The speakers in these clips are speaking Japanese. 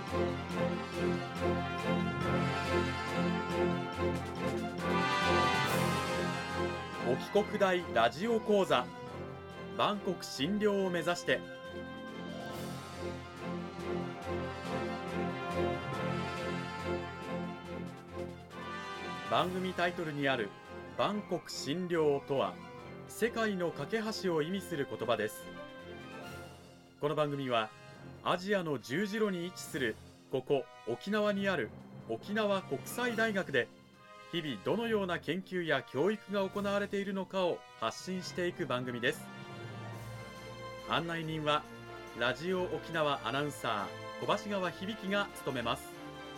沖国大ラジオ講座、万国診療を目指して。番組タイトルにある万国診療とは、世界の架け橋を意味する言葉です。この番組はアジアの十字路に位置するここ沖縄にある沖縄国際大学で、日々どのような研究や教育が行われているのかを発信していく番組です。案内人はラジオ沖縄アナウンサー小橋川響が務めます。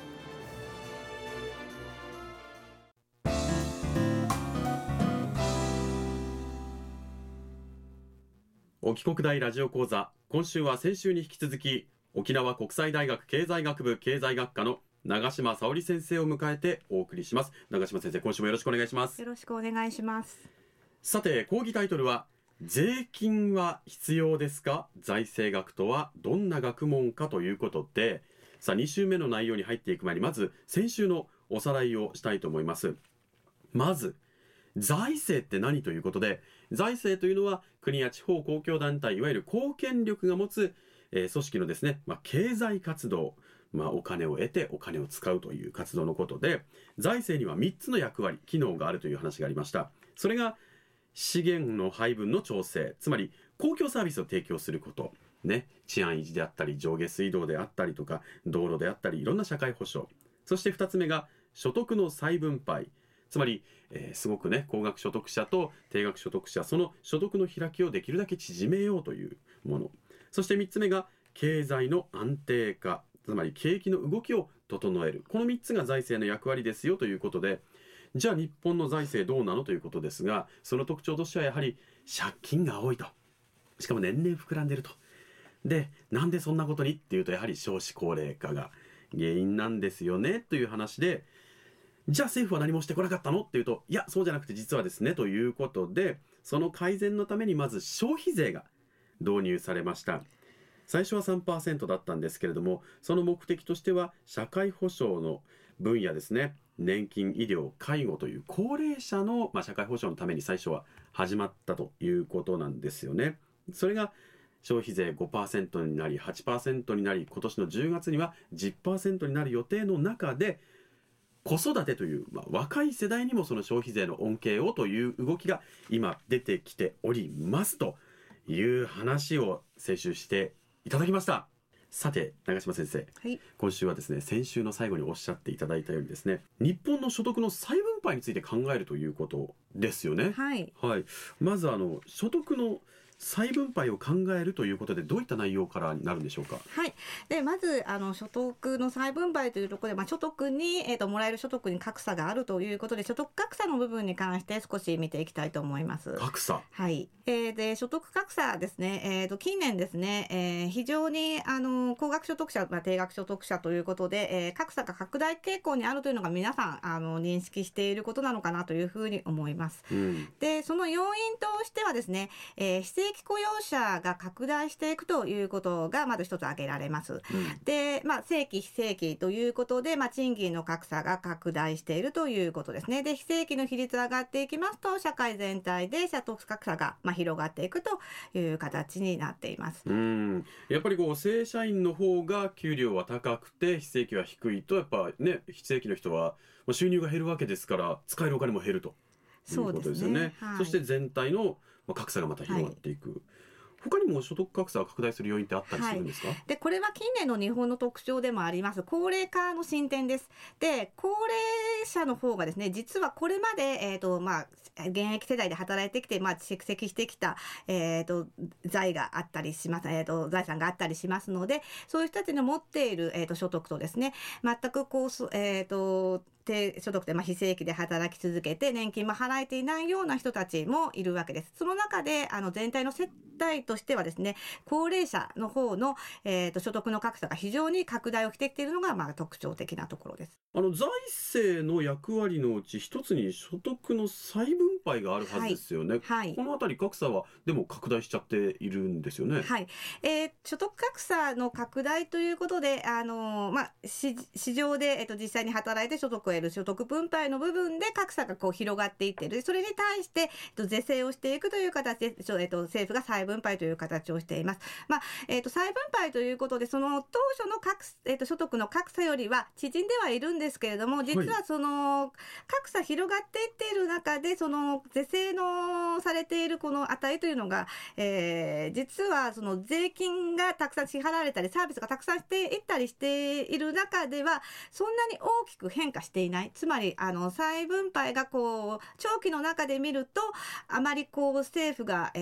沖国大ラジオ講座、今週は先週に引き続き沖縄国際大学経済学部経済学科の長島沙織先生を迎えてお送りします。長島先生、今週もよろしくお願いします。 よろしくお願いします。 さて、講義タイトルは税金は必要ですか？財政学とはどんな学問かということで、さあ2週目の内容に入っていく前に、まず先週のおさらいをしたいと思います。まず財政って何ということで、財政というのは国や地方公共団体、いわゆる公権力が持つ、組織のですね、経済活動、お金を得てお金を使うという活動のことで、財政には3つの役割、機能があるという話がありました。それが資源の配分の調整、つまり公共サービスを提供することね、治安維持であったり上下水道であったりとか道路であったり、いろんな社会保障。そして2つ目が所得の再分配、つまり、すごくね、高額所得者と低額所得者、その所得の開きをできるだけ縮めようというもの。そして3つ目が経済の安定化、つまり景気の動きを整える。この3つが財政の役割ですよということで、じゃあ日本の財政どうなのということですが、その特徴としてはやはり借金が多いと。しかも年々膨らんでいると。で、なんでそんなことにっていうと、やはり少子高齢化が原因なんですよねという話で、じゃあ政府は何もしてこなかったのっていうと、いや、そうじゃなくて実はですねということで、その改善のためにまず消費税が導入されました。最初は 3% だったんですけれども、その目的としては社会保障の分野ですね、年金、医療、介護という高齢者の、社会保障のために最初は始まったということなんですよね。それが消費税 5% になり 8% になり、今年の10月には 10% になる予定の中で、子育てという、若い世代にもその消費税の恩恵をという動きが今出てきておりますという話を先週していただきました。さて長島先生、 はい、 今週はですね、先週の最後におっしゃっていただいたようにですね、日本の所得の再分配について考えるということですよね。 はい、 はい、まず所得の再分配を考えるということで、どういった内容からになるんでしょうか。 はい、でまず所得の再分配というところで、所得に、もらえる所得に格差があるということで、所得格差の部分に関して少し見ていきたいと思います。 格差、 はい、で所得格差ですね、近年ですね、非常に高額所得者、低額所得者ということで、格差が拡大傾向にあるというのが皆さん認識していることなのかなというふうに思います。でその要因としてはですね、非正規雇用者が拡大していくということがまず一つ挙げられます。で、正規非正規ということで、賃金の格差が拡大しているということですね。で非正規の比率が上がっていきますと、社会全体で所得格差が広がっていくという形になっています。 やっぱり正社員の方が給料は高くて非正規は低いと、やっぱね、非正規の人は収入が減るわけですから、使えるお金も減るということですよね。そして全体の格差がまた広がっていく。他にも所得格差が拡大する要因ってあったりするんですか？ でこれは近年の日本の特徴でもあります高齢化の進展です。で高齢者の方がですね、実はこれまで、現役世代で働いてきて、蓄積してきた、財があったりします、財産があったりしますので、そういう人たちの持っている、所得とですね、全く低低所得で、非正規で働き続けて年金も払えていないような人たちもいるわけです。その中で全体の世帯としてはですね、高齢者の方の、所得の格差が非常に拡大をしてきているのが、特徴的なところです。 財政の役割のうち一つに所得の再分配があるはずですよね。 はい、 このあたり格差はでも拡大しちゃっているんですよね。 はい、所得格差の拡大ということで市場で、実際に働いて所得を得る所得分配の部分で格差が広がっていっている。それに対して、是正をしていくという形で、政府が再分配という形をしています。再分配ということで、その当初の所得の格差よりは縮んではいるんですけれども、実はその格差広がっていっている中で、その是正のされているこの値というのが、実はその税金がたくさん支払われたりサービスがたくさんしていったりしている中ではそんなに大きく変化していない。つまり再分配が長期の中で見るとあまり政府が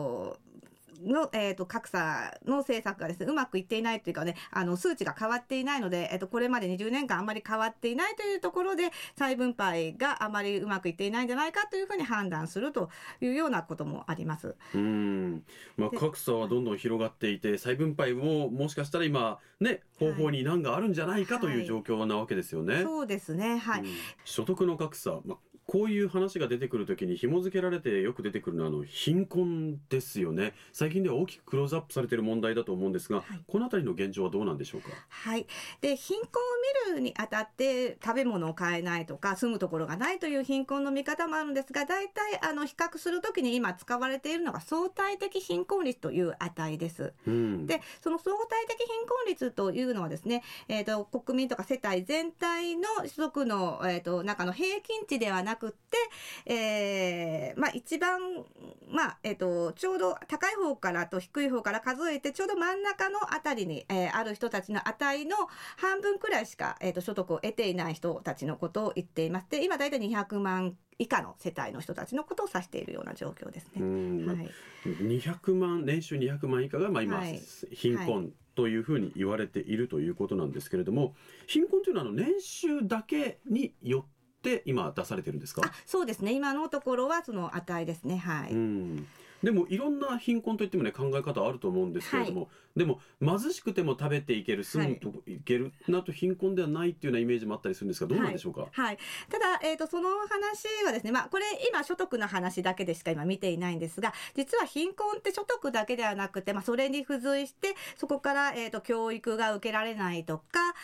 格差の政策がですね、うまくいっていないというかね、数値が変わっていないので、これまで20年間あまり変わっていないというところで、再分配があまりうまくいっていないんじゃないかというふうに判断するというようなこともあります。 格差はどんどん広がっていて、再分配ももしかしたら今ね、方法に難があるんじゃないかという状況なわけですよね。 そうですね。はい。 所得の格差、こういう話が出てくるときに紐付けられてよく出てくるのは貧困ですよね。最近では大きくクローズアップされている問題だと思うんですが、このあたりの現状はどうなんでしょうか。 はい。で、貧困を見るにあたって食べ物を買えないとか住むところがないという貧困の見方もあるんですが、大体比較するときに今使われているのが相対的貧困率という値です。で、その相対的貧困率というのはですね、国民とか世帯全体の所得の、中の平均値ではなくて、一番、ちょうど高い方からと低い方から数えてちょうど真ん中のあたりに、ある人たちの値の半分くらいしか、所得を得ていない人たちのことを言っています。で、今だいたい200万以下の世帯の人たちのことを指しているような状況ですね。 200万、年収200万以下が今、貧困というふうに言われているということなんですけれども、貧困というのは年収だけによって今出されてるんですか。 そうですね。今のところはその値ですね。はい。 でもいろんな貧困といってもね、考え方あると思うんですけれども、でも貧しくても食べていける、住むといけるなと貧困ではないっていうようなイメージもあったりするんですが、どうなんでしょうか。 ただ、その話はですね、これ今所得の話だけでしか今見ていないんですが、実は貧困って所得だけではなくて、それに付随してそこから、教育が受けられないとか、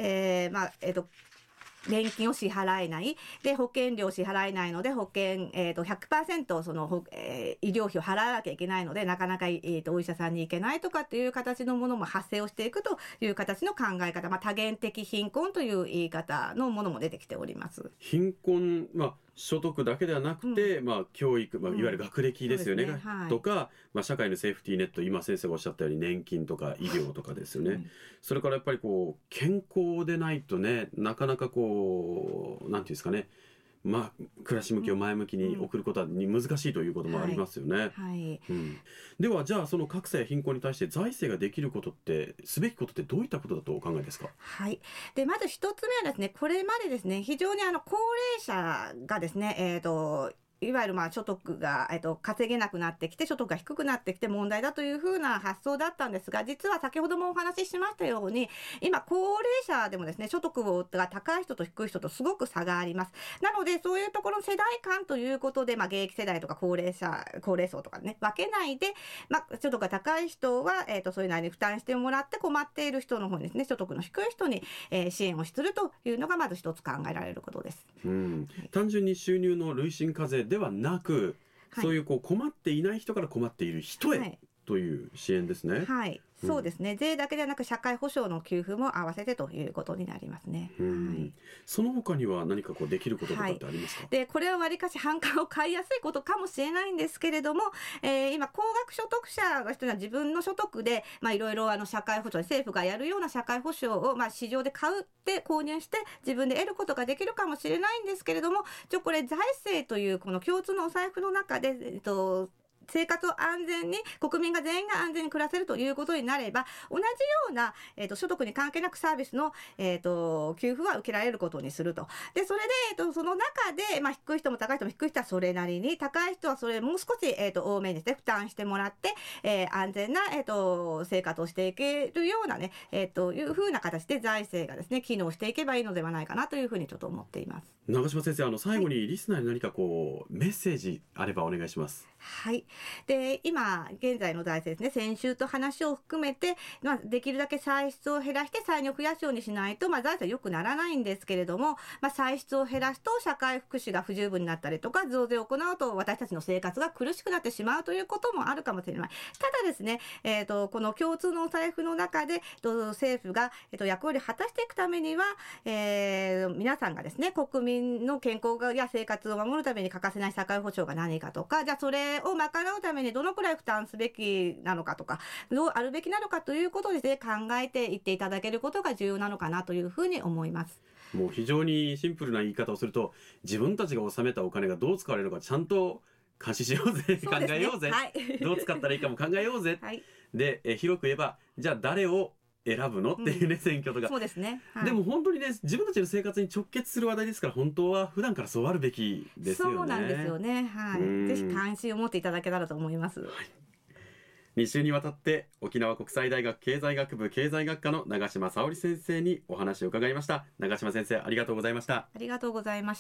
年金を支払えないで保険料を支払えないので保険、100% その、医療費を払わなきゃいけないのでなかなか、お医者さんに行けないとかっていう形のものも発生をしていくという形の考え方、多元的貧困という言い方のものも出てきております。 貧困、所得だけではなくて、教育、いわゆる学歴ですよね、とか、社会のセーフティーネット、今先生がおっしゃったように年金とか医療とかですよね。それからやっぱり健康でないとね、なかなかなんていうんですかね、暮らし向きを前向きに送ることは難しいということもありますよね。ではじゃあその格差や貧困に対して財政ができることってすべきことってどういったことだとお考えですか。 でまず一つ目はですね、これまでですね非常に高齢者がですねいわゆる所得が、稼げなくなってきて所得が低くなってきて問題だというふうな発想だったんですが、実は先ほどもお話ししましたように今高齢者でもですね所得が高い人と低い人とすごく差があります。なのでそういうところの世代間ということで、現役世代とか高齢層とかね分けないで、所得が高い人は、それなりに負担してもらって困っている人の方にですね所得の低い人に、支援をするというのがまず一つ考えられることです。 単純に収入の累進課税ではなく、そういう困っていない人から困っている人へ、という支援ですね。 そうですね。税だけではなく社会保障の給付も合わせてということになりますね。 その他には何かできることとかってありますか。 でこれはわりかし反感を買いやすいことかもしれないんですけれども、今高額所得者の人は自分の所得でいろいろ社会保障、政府がやるような社会保障を市場で購入して自分で得ることができるかもしれないんですけれども、これ財政というこの共通のお財布の中で、 生活を安全に、国民が全員が安全に暮らせるということになれば、同じような、所得に関係なくサービスの、給付は受けられることにすると。で、それで、その中で、低い人も高い人も、低い人はそれなりに、高い人はそれもう少し、多めにですね、負担してもらって、安全な、生活をしていけるようなね、いうふうな形で財政がですね、機能していけばいいのではないかなというふうにちょっと思っています。 長島先生、最後にリスナーに何かメッセージあればお願いします。 はい。で、今現在の財政ですね、先週と話を含めて、できるだけ歳出を減らして歳入を増やすようにしないと、財政は良くならないんですけれども、歳出を減らすと社会福祉が不十分になったりとか、増税を行うと私たちの生活が苦しくなってしまうということもあるかもしれない。ただですね、この共通のお財布の中で、政府が、役割を果たしていくためには、皆さんがですね、国民の健康や生活を守るために欠かせない社会保障が何かとか、じゃあそれを賄うためにどのくらい負担すべきなのかとか、どうあるべきなのかということをですね、考えていっていただけることが重要なのかなというふうに思います。 もう非常にシンプルな言い方をすると、自分たちが納めたお金がどう使われるのかちゃんと監視しようぜ、考えようぜ、 はい、 どう使ったらいいかも考えようぜ、はい、で、広く言えばじゃあ誰を選ぶのっていうね、選挙とか。 そうですね、 はい、でも本当にね、自分たちの生活に直結する話題ですから、本当は普段からそうあるべきですよね。 そうなんですよね。はい。ぜひ関心を持っていただけたらと思います。はい、 2週にわたって沖縄国際大学経済学部経済学科の長島沙織先生にお話を伺いました。長島先生、ありがとうございました。 ありがとうございました。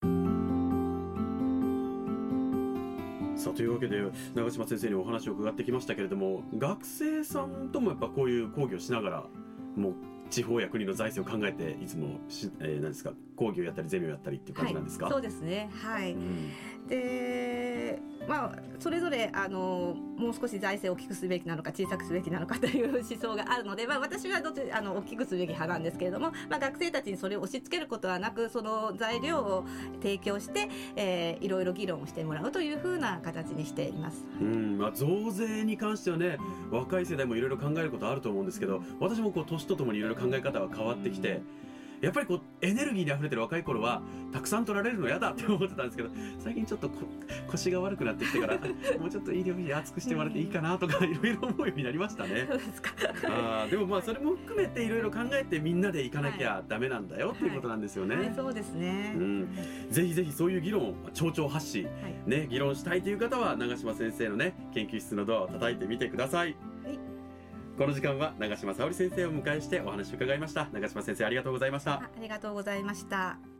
さあ、というわけで長島先生にお話を伺ってきましたけれども、学生さんともやっぱこういう講義をしながら、もう地方や国の財政を考えていつも何ですか、講義をやったりゼミをやったりっていう感じなんですか？ はい、そうですね。はい。で、それぞれもう少し財政を大きくすべきなのか小さくすべきなのかという思想があるので、私は大きくすべき派なんですけれども、学生たちにそれを押し付けることはなく、その材料を提供して、いろいろ議論をしてもらうというふうな形にしています。 増税に関してはね、若い世代もいろいろ考えることあると思うんですけど、私も年とともにいろいろ考え方は変わってきて、やっぱりエネルギーにあふれてる若い頃はたくさん取られるの嫌だって思ってたんですけど、最近ちょっと腰が悪くなってきてからもうちょっと医療費厚くしてもらっていいかなとかいろいろ思うようになりましたね。 そうですか。 でもそれも含めていろいろ考えてみんなで行かなきゃダメなんだよっていうことなんですよね。 はいはい、そうですね。 ぜひぜひそういう議論を丁々発し、ね、議論したいという方は長島先生のね、研究室のドアを叩いてみてください。この時間は長島沙織先生をお迎えしてお話を伺いました。長島先生、ありがとうございました。 ありがとうございました。